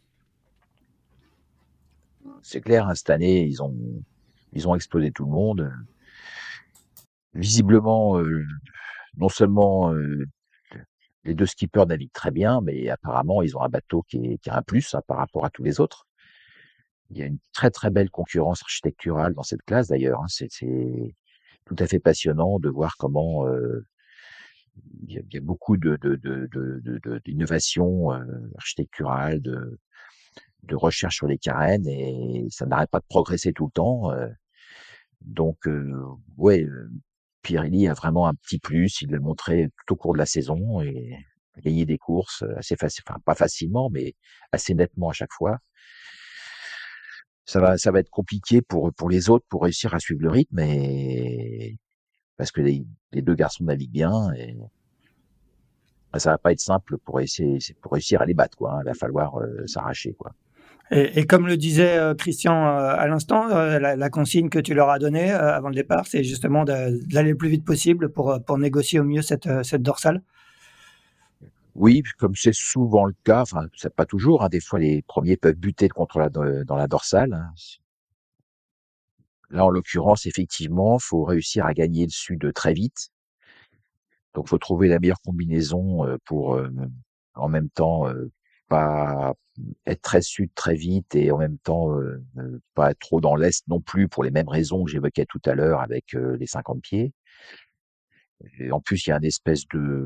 C'est clair, hein, cette année, ils ont, ils ont explosé tout le monde. Visiblement, euh, non seulement euh, les deux skippers naviguent très bien, mais apparemment, ils ont un bateau qui, est, qui a un plus hein, par rapport à tous les autres. Il y a une très très belle concurrence architecturale dans cette classe d'ailleurs. Hein. C'est, c'est tout à fait passionnant de voir comment euh, il, y a, il y a beaucoup de, de, de, de, de, de d'innovations euh, architecturales, de, de recherche sur les carènes et ça n'arrête pas de progresser tout le temps. Euh, donc, euh, ouais, euh, Pirelli a vraiment un petit plus. Il l'a montré tout au cours de la saison et gagné des courses assez facile, enfin pas facilement, mais assez nettement à chaque fois. Ça va, ça va être compliqué pour pour les autres pour réussir à suivre le rythme, et parce que les, les deux garçons naviguent bien et ça va pas être simple pour essayer, pour réussir à les battre quoi. Hein. Il va falloir euh, s'arracher quoi. Et, et comme le disait euh, Christian euh, à l'instant, euh, la, la consigne que tu leur as donnée euh, avant le départ, c'est justement de, d'aller le plus vite possible pour, pour négocier au mieux cette, cette dorsale. Oui, comme c'est souvent le cas, enfin c'est pas toujours, hein, des fois les premiers peuvent buter contre la dans la dorsale. Hein. Là en l'occurrence, effectivement, faut réussir à gagner le sud très vite. Donc faut trouver la meilleure combinaison euh, pour euh, en même temps euh, pas être très sud très vite et en même temps euh, euh, pas être trop dans l'est non plus pour les mêmes raisons que j'évoquais tout à l'heure avec euh, les cinquante pieds. Et en plus, il y a une espèce de,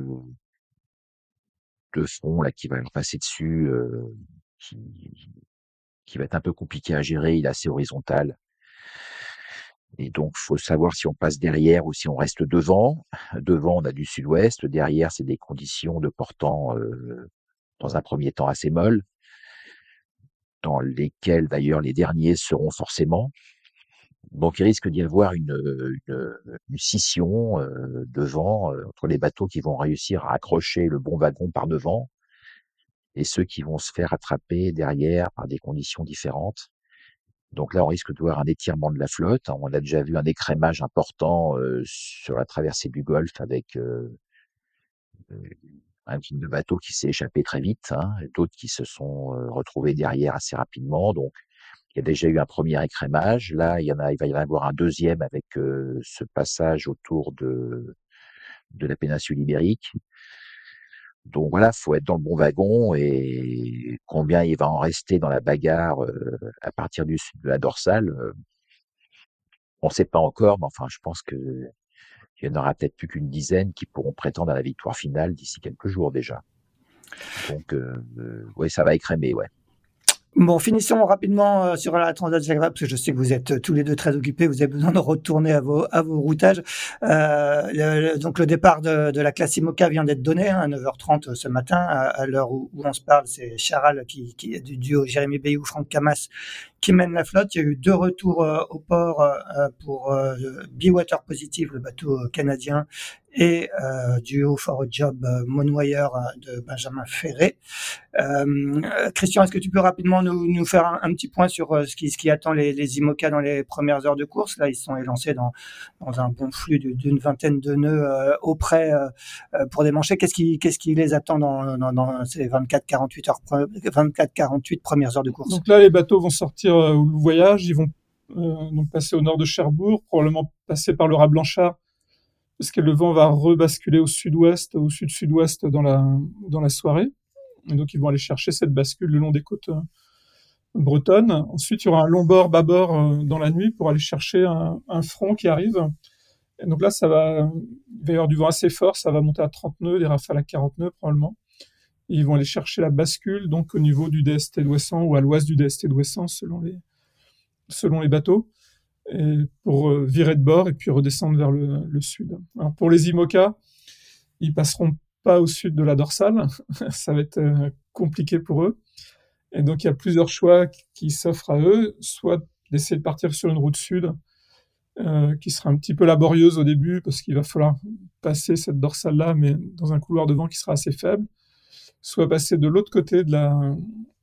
de front là qui va leur passer dessus, euh, qui, qui va être un peu compliqué à gérer. Il est assez horizontal. Et donc, faut savoir si on passe derrière ou si on reste devant. Devant, on a du sud-ouest. Derrière, c'est des conditions de portant, euh, dans un premier temps, assez molles, dans lesquelles, d'ailleurs, les derniers seront forcément. Donc, il risque d'y avoir une, une, une scission euh, devant euh, entre les bateaux qui vont réussir à accrocher le bon wagon par devant et ceux qui vont se faire attraper derrière par des conditions différentes. Donc là, on risque de voir un étirement de la flotte. On a déjà vu un écrémage important euh, sur la traversée du Golfe avec euh, un type de bateau qui s'est échappé très vite, hein, et d'autres qui se sont euh, retrouvés derrière assez rapidement. Donc, il y a déjà eu un premier écrémage. Là, il y en a, il va y en avoir un deuxième avec euh, ce passage autour de de la péninsule ibérique. Donc voilà, faut être dans le bon wagon et combien il va en rester dans la bagarre euh, à partir du sud de la dorsale, euh, on ne sait pas encore, mais enfin, je pense que il y en aura peut-être plus qu'une dizaine qui pourront prétendre à la victoire finale d'ici quelques jours déjà. Donc, euh, euh, oui, ça va écrémer, ouais. Bon, finissons rapidement euh, sur la Transat Jacques Vabre, parce que je sais que vous êtes euh, tous les deux très occupés, vous avez besoin de retourner à vos à vos routages. Euh, le, le, donc le départ de, de la classe IMOCA vient d'être donné hein, à neuf heures trente ce matin, à, à l'heure où, où on se parle. C'est Charal qui, qui du duo Jérémy Bayou, Franck Camas qui mène la flotte. Il y a eu deux retours euh, au port euh, pour euh, Be-Water Positive, le bateau canadien, et euh, duo For a Job euh, Monwire de Benjamin Ferré. Euh, Christian, est-ce que tu peux rapidement nous, nous faire un, un petit point sur euh, ce qui, ce qui attend les, les IMOCA dans les premières heures de course? Là, ils sont élancés dans, dans un bon flux d'une vingtaine de nœuds euh, auprès euh, pour démancher. Qu'est-ce qui, qu'est-ce qui les attend dans, dans, dans ces vingt-quatre quarante-huit heures, vingt-quatre quarante-huit premières heures de course? Donc là, les bateaux vont sortir euh, au voyage. Ils vont euh, donc passer au nord de Cherbourg, probablement passer par le Raz Blanchard, parce que le vent va rebasculer au sud-ouest, au sud-sud-ouest dans la, dans la soirée. Et donc, ils vont aller chercher cette bascule le long des côtes euh, bretonnes. Ensuite, il y aura un long bord, bâbord euh, dans la nuit pour aller chercher un, un front qui arrive. Et donc là, ça va, il va y avoir du vent assez fort, ça va monter à trente nœuds, des rafales à quarante nœuds probablement. Et ils vont aller chercher la bascule, donc au niveau du D S T d'Ouessant ou à l'ouest du D S T d'Ouessant, selon les, selon les bateaux, et pour euh, virer de bord et puis redescendre vers le, le sud. Alors pour les IMOCA, ils passeront pas au sud de la dorsale, ça va être euh, compliqué pour eux. Et donc il y a plusieurs choix qui, qui s'offrent à eux, soit d'essayer de partir sur une route sud, euh, qui sera un petit peu laborieuse au début, parce qu'il va falloir passer cette dorsale-là, mais dans un couloir de vent qui sera assez faible, soit passer de l'autre côté de, la,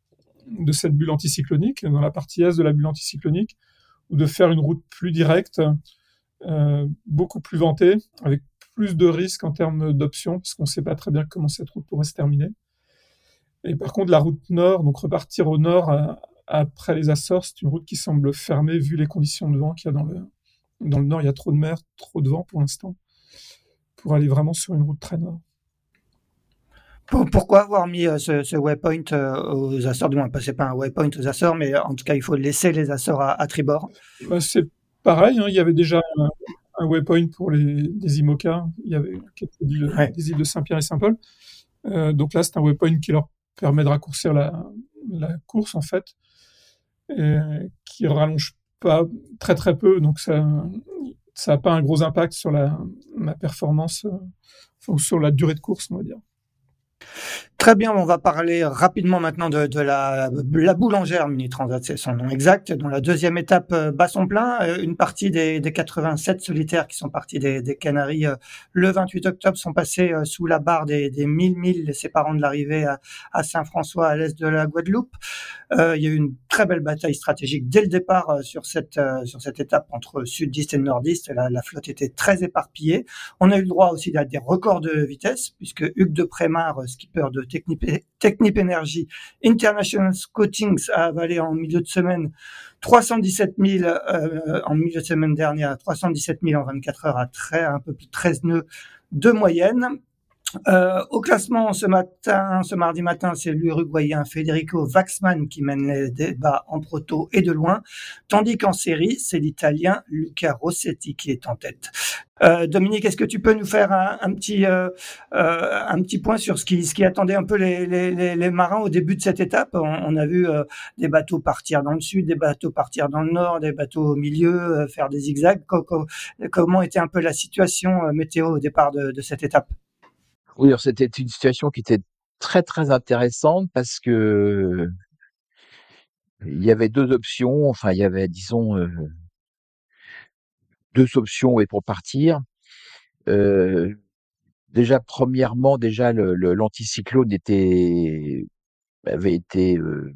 de cette bulle anticyclonique, dans la partie est de la bulle anticyclonique, ou de faire une route plus directe, euh, beaucoup plus ventée, avec plus de risques en termes d'options, parce qu'on ne sait pas très bien comment cette route pourrait se terminer. Et par contre, la route nord, donc repartir au nord à, après les Açores, c'est une route qui semble fermée vu les conditions de vent qu'il y a dans le, dans le nord. Il y a trop de mer, trop de vent pour l'instant, pour aller vraiment sur une route très nord. Pourquoi avoir mis euh, ce, ce waypoint euh, aux Açores? Du moins, c'est pas un waypoint aux Açores, mais en tout cas, il faut laisser les Açores à, à tribord. Bah, c'est pareil, hein, il y avait déjà un, un waypoint pour les, les IMOCA, il y avait quelques îles, ouais. des îles de Saint-Pierre et Saint-Paul. Euh, donc là, c'est un waypoint qui leur permet de raccourcir la, la course, en fait, et qui rallonge pas très très peu, donc ça ça n'a pas un gros impact sur la, la performance, euh, enfin, sur la durée de course, on va dire. Très bien, on va parler rapidement maintenant de, de la, la boulangère Mini Transat, c'est son nom exact, dont la deuxième étape euh, bat son plein. Euh, une partie des, des quatre-vingt-sept solitaires qui sont partis des, des Canaries euh, le vingt-huit octobre sont passés euh, sous la barre des, des mille milles, les séparant de l'arrivée à, à Saint-François, à l'est de la Guadeloupe. Euh, il y a eu une très belle bataille stratégique dès le départ euh, sur cette euh, sur cette étape entre sud-est et nord-est. La, la flotte était très éparpillée. On a eu le droit aussi à des records de vitesse, puisque Hugues de Prémar, skipper de Technip, Technip Energy International Coatings, a avalé en milieu de semaine trois cent dix-sept mille euh, en milieu de semaine dernière, trois cent dix-sept mille en vingt-quatre heures à, très, à un peu plus de treize nœuds de moyenne. Euh, au classement ce matin, ce mardi matin, c'est l'Uruguayen Federico Waxman qui mène les débats en proto et de loin, tandis qu'en série, c'est l'Italien Luca Rossetti qui est en tête. Euh, Dominique, est-ce que tu peux nous faire un, un petit euh, euh, un petit point sur ce qui ce qui attendait un peu les, les, les marins au début de cette étape? On, on a vu euh, des bateaux partir dans le sud, des bateaux partir dans le nord, des bateaux au milieu, euh, faire des zigzags. Co- co- comment était un peu la situation euh, météo au départ de, de cette étape? Oui, alors c'était une situation qui était très très intéressante parce que il y avait deux options, enfin il y avait disons euh, deux options et pour partir. Euh, déjà premièrement, déjà le, le- l'anticyclone était avait été euh,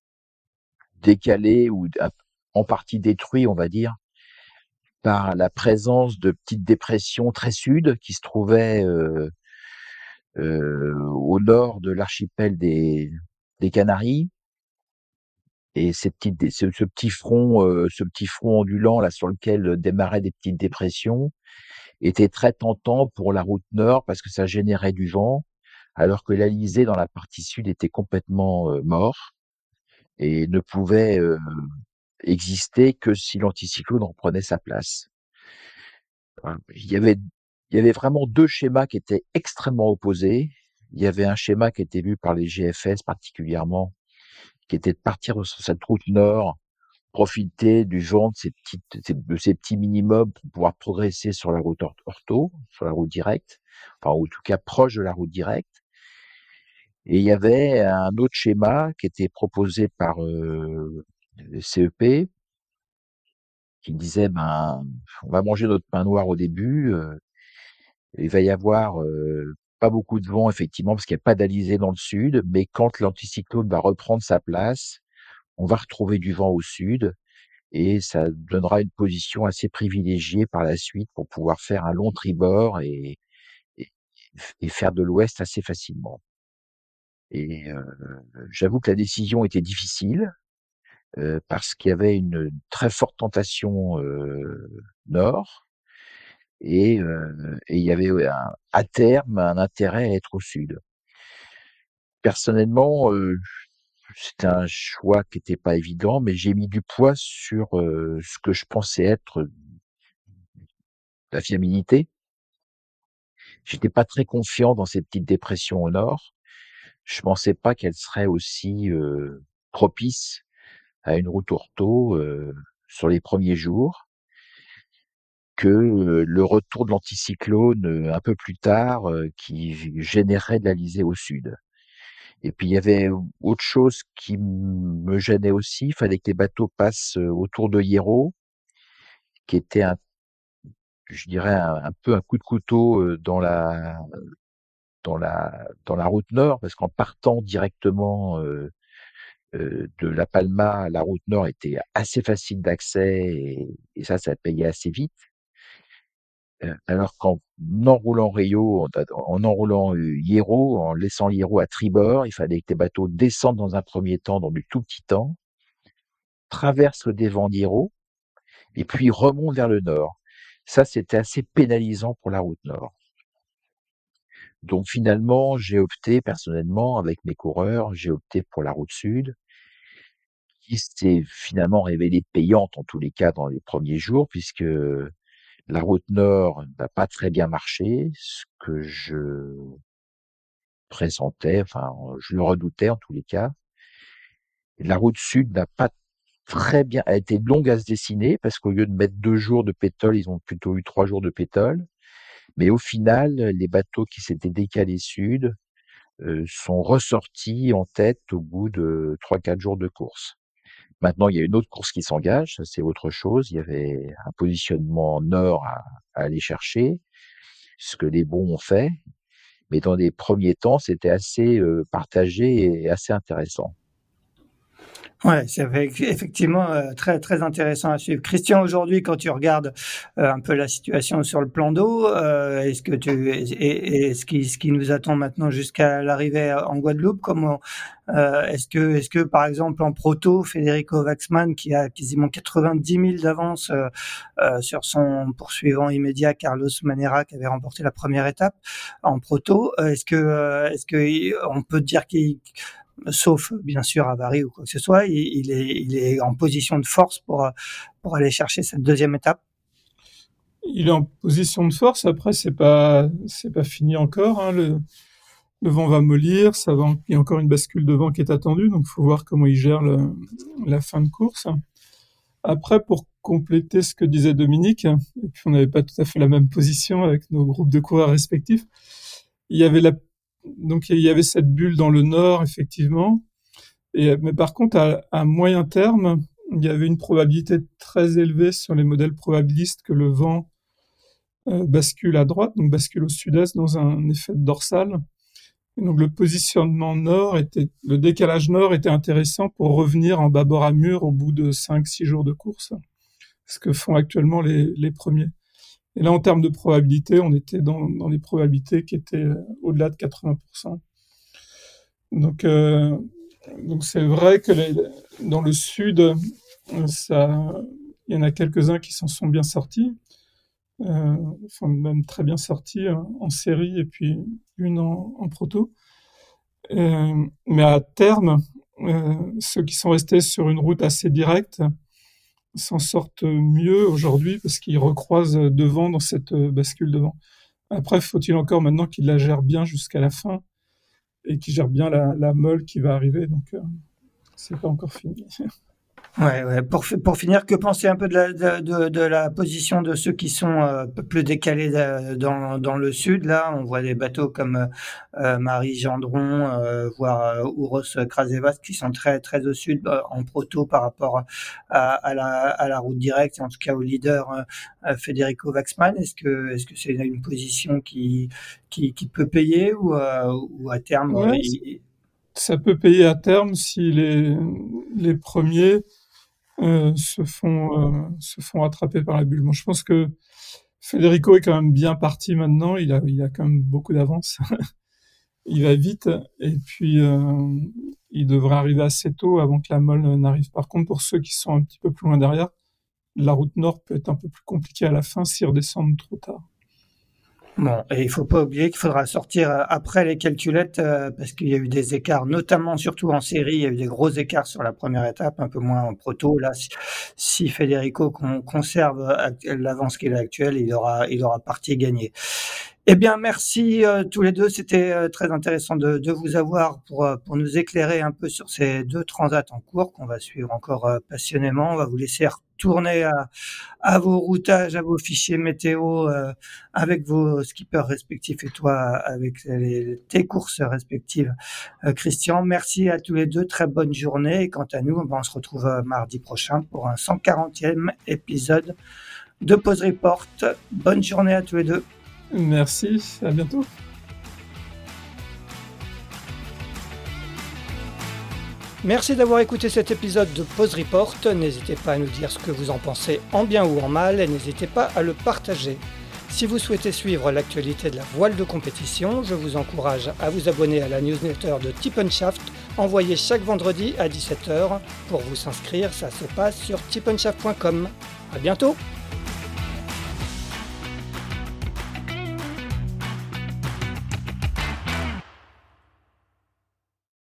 décalé ou à- en partie détruit, on va dire, par la présence de petites dépressions très sud qui se trouvaient euh, euh, au nord de l'archipel des, des Canaries. Et ces petites, dé- ce, ce petit front, euh, ce petit front ondulant là sur lequel démarraient des petites dépressions, était très tentant pour la route nord parce que ça générait du vent, alors que l'Alizé dans la partie sud était complètement euh, mort et ne pouvait euh, exister que si l'anticyclone reprenait sa place. Voilà. Il y avait, il y avait vraiment deux schémas qui étaient extrêmement opposés. Il y avait un schéma qui était vu par les G F S particulièrement, qui était de partir sur cette route nord, profiter du vent de ces petites, de ces petits minimums pour pouvoir progresser sur la route ortho, sur la route directe, enfin, ou en tout cas proche de la route directe. Et il y avait un autre schéma qui était proposé par euh, le C E P, qui disait, ben, on va manger notre pain noir au début, euh, il va y avoir euh, pas beaucoup de vent, effectivement, parce qu'il n'y a pas d'alizé dans le sud, mais quand l'anticyclone va reprendre sa place, on va retrouver du vent au sud, et ça donnera une position assez privilégiée par la suite pour pouvoir faire un long tribord et, et, et faire de l'ouest assez facilement. Et euh, j'avoue que la décision était difficile euh, parce qu'il y avait une très forte tentation euh, nord et, euh, et il y avait un, à terme un intérêt à être au sud. Personnellement, euh, c'était un choix qui n'était pas évident, mais j'ai mis du poids sur euh, ce que je pensais être la fiabilité. J'étais pas très confiant dans ces petites dépressions au nord. Je pensais pas qu'elles seraient aussi euh, propices à une route ortho euh, sur les premiers jours, que euh, le retour de l'anticyclone euh, un peu plus tard euh, qui générait de l'alizé au sud. Et puis il y avait autre chose qui m- me gênait aussi, il fallait que les bateaux passent euh, autour de Hierro, qui était un, je dirais un, un peu un coup de couteau euh, dans la dans la dans la route nord, parce qu'en partant directement euh, euh, de La Palma, la route nord était assez facile d'accès et, et ça, ça payait assez vite. Euh, alors qu'en enroulant Rio, en, en enroulant euh, Hierro, en laissant Hierro à tribord, il fallait que les bateaux descendent dans un premier temps, dans du tout petit temps, traversent le dévent d'Hierro et puis remontent vers le nord. Ça, c'était assez pénalisant pour la route nord. Donc finalement, j'ai opté personnellement, avec mes coureurs, j'ai opté pour la route sud, qui s'est finalement révélée payante en tous les cas dans les premiers jours, puisque la route nord n'a pas très bien marché, ce que je pressentais, enfin je le redoutais en tous les cas. La route sud n'a pas très bien, a été longue à se dessiner, parce qu'au lieu de mettre deux jours de pétole, ils ont plutôt eu trois jours de pétole. Mais au final, les bateaux qui s'étaient décalés sud euh, sont ressortis en tête au bout de trois quatre jours de course. Maintenant, il y a une autre course qui s'engage, ça c'est autre chose. Il y avait un positionnement nord à, à aller chercher, ce que les bons ont fait. Mais dans les premiers temps, c'était assez euh, partagé et assez intéressant. Ouais, c'est avec effectivement, heu, très, très intéressant à suivre. Christian, aujourd'hui, quand tu regardes, heu, un peu la situation sur le plan d'eau, heu, est-ce que tu et et et ce qui ce qui nous attend maintenant jusqu'à l'arrivée en Guadeloupe, comment, heu, est-ce que est-ce que, par exemple, en proto, Federico Waxman, qui a quasiment quatre-vingt-dix milles d'avance, heu heu, sur son poursuivant immédiat, Carlos Manera, qui avait remporté la première étape en proto, heu, est-ce que, heu, est-ce que i on peut dire qu'il sauf bien sûr avarie ou quoi que ce soit, il, il, est, il est en position de force pour, euh, pour aller chercher cette deuxième étape. Il est en position de force. Après, c'est pas, c'est pas fini encore. Hein. Le, le vent va mollir. Ça va, il y a encore une bascule de vent qui est attendue. Donc, il faut voir comment il gère le, la fin de course. Après, pour compléter ce que disait Dominique, et puis on n'avait pas tout à fait la même position avec nos groupes de coureurs respectifs, il y avait la, donc il y avait cette bulle dans le nord, effectivement. Et, mais par contre, à, à moyen terme, il y avait une probabilité très élevée sur les modèles probabilistes que le vent euh, bascule à droite, donc bascule au sud-est dans un effet de dorsale. Et donc le positionnement nord était, le décalage nord était intéressant pour revenir en bâbord à mur au bout de cinq six jours de course, ce que font actuellement les, les premiers. Et là, en termes de probabilité, on était dans, dans les probabilités qui étaient au-delà de quatre-vingts pour cent. Donc, euh, donc c'est vrai que les, dans le sud, ça, il y en a quelques-uns qui s'en sont bien sortis, euh, enfin même très bien sortis hein, en série et puis une en, en proto. Euh, mais à terme, euh, ceux qui sont restés sur une route assez directe s'en sortent mieux aujourd'hui parce qu'ils recroisent devant dans cette bascule devant. Après, faut-il encore maintenant qu'ils la gèrent bien jusqu'à la fin et qu'ils gèrent bien la, la molle qui va arriver. Donc, euh, c'est pas encore fini. Ouais, ouais. Pour, pour finir, que penser un peu de la, de, de, de la position de ceux qui sont euh, un peu plus décalés de, dans, dans le sud? Là, on voit des bateaux comme euh, Marie Gendron, euh, voire euh, Ouros Krasevas, qui sont très très au sud euh, en proto par rapport à, à, la, à la route directe, et en tout cas au leader euh, Federico Waxman. Est-ce que est-ce que c'est une position qui qui, qui peut payer ou, euh, ou à terme euh, Ouais, il... ça peut payer à terme si les, les premiers euh, se font euh, se font attraper par la bulle. Moi, je pense que Federico est quand même bien parti maintenant. Il a il a quand même beaucoup d'avance. Il va vite et puis euh, il devrait arriver assez tôt avant que la molle n'arrive. Par contre, pour ceux qui sont un petit peu plus loin derrière, la route nord peut être un peu plus compliquée à la fin s'ils redescendent trop tard. Bon, et il faut pas oublier qu'il faudra sortir euh, après les calculettes euh, parce qu'il y a eu des écarts, notamment surtout en série, il y a eu des gros écarts sur la première étape, un peu moins en proto. Là, si, si Federico con, conserve act- l'avance qu'il a actuelle, il aura, il aura partie gagnée. Eh bien, merci euh, tous les deux. C'était euh, très intéressant de, de vous avoir pour, euh, pour nous éclairer un peu sur ces deux transats en cours qu'on va suivre encore euh, passionnément. On va vous laisser retourner à, à vos routages, à vos fichiers météo euh, avec vos skippers respectifs et toi avec les, tes courses respectives. Euh, Christian, merci à tous les deux. Très bonne journée. Et quant à nous, on se retrouve euh, mardi prochain pour un cent quarantième épisode de Pause Report. Bonne journée à tous les deux. Merci, à bientôt. Merci d'avoir écouté cet épisode de Pause Report. N'hésitez pas à nous dire ce que vous en pensez en bien ou en mal et n'hésitez pas à le partager. Si vous souhaitez suivre l'actualité de la voile de compétition, je vous encourage à vous abonner à la newsletter de Tip and Shaft envoyée chaque vendredi à dix-sept heures. Pour vous inscrire, ça se passe sur tip and shaft point com. À bientôt!